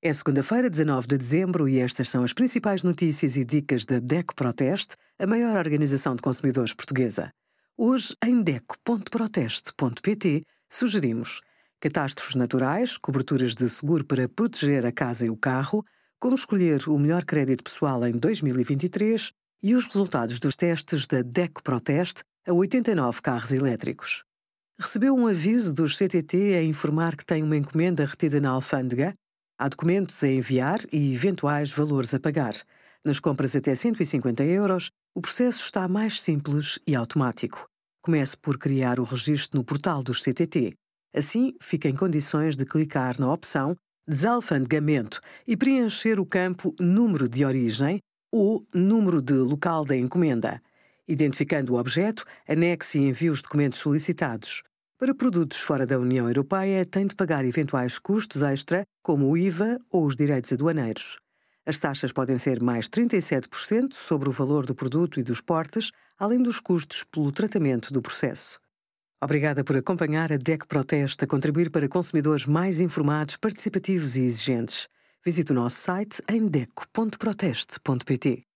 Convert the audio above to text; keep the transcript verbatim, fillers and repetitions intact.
É segunda-feira, dezanove de dezembro, e estas são as principais notícias e dicas da D E C O Proteste, a maior organização de consumidores portuguesa. Hoje, em D E C O ponto proteste ponto pt, sugerimos catástrofes naturais, coberturas de seguro para proteger a casa e o carro, como escolher o melhor crédito pessoal em dois mil e vinte e três e os resultados dos testes da D E C O Proteste a oitenta e nove carros elétricos. Recebeu um aviso dos C T T a informar que tem uma encomenda retida na alfândega? Há documentos a enviar e eventuais valores a pagar. Nas compras até cento e cinquenta euros, o processo está mais simples e automático. Comece por criar o registro no portal dos C T T. Assim, fica em condições de clicar na opção Desalfandegamento e preencher o campo Número de Origem ou Número de Local da Encomenda. Identificando o objeto, anexe e envie os documentos solicitados. Para produtos fora da União Europeia, tem de pagar eventuais custos extra, como o I V A ou os direitos aduaneiros. As taxas podem ser mais trinta e sete por cento sobre o valor do produto e dos portes, além dos custos pelo tratamento do processo. Obrigada por acompanhar a D E C O Proteste a contribuir para consumidores mais informados, participativos e exigentes. Visite o nosso site em D E C O ponto proteste ponto pt.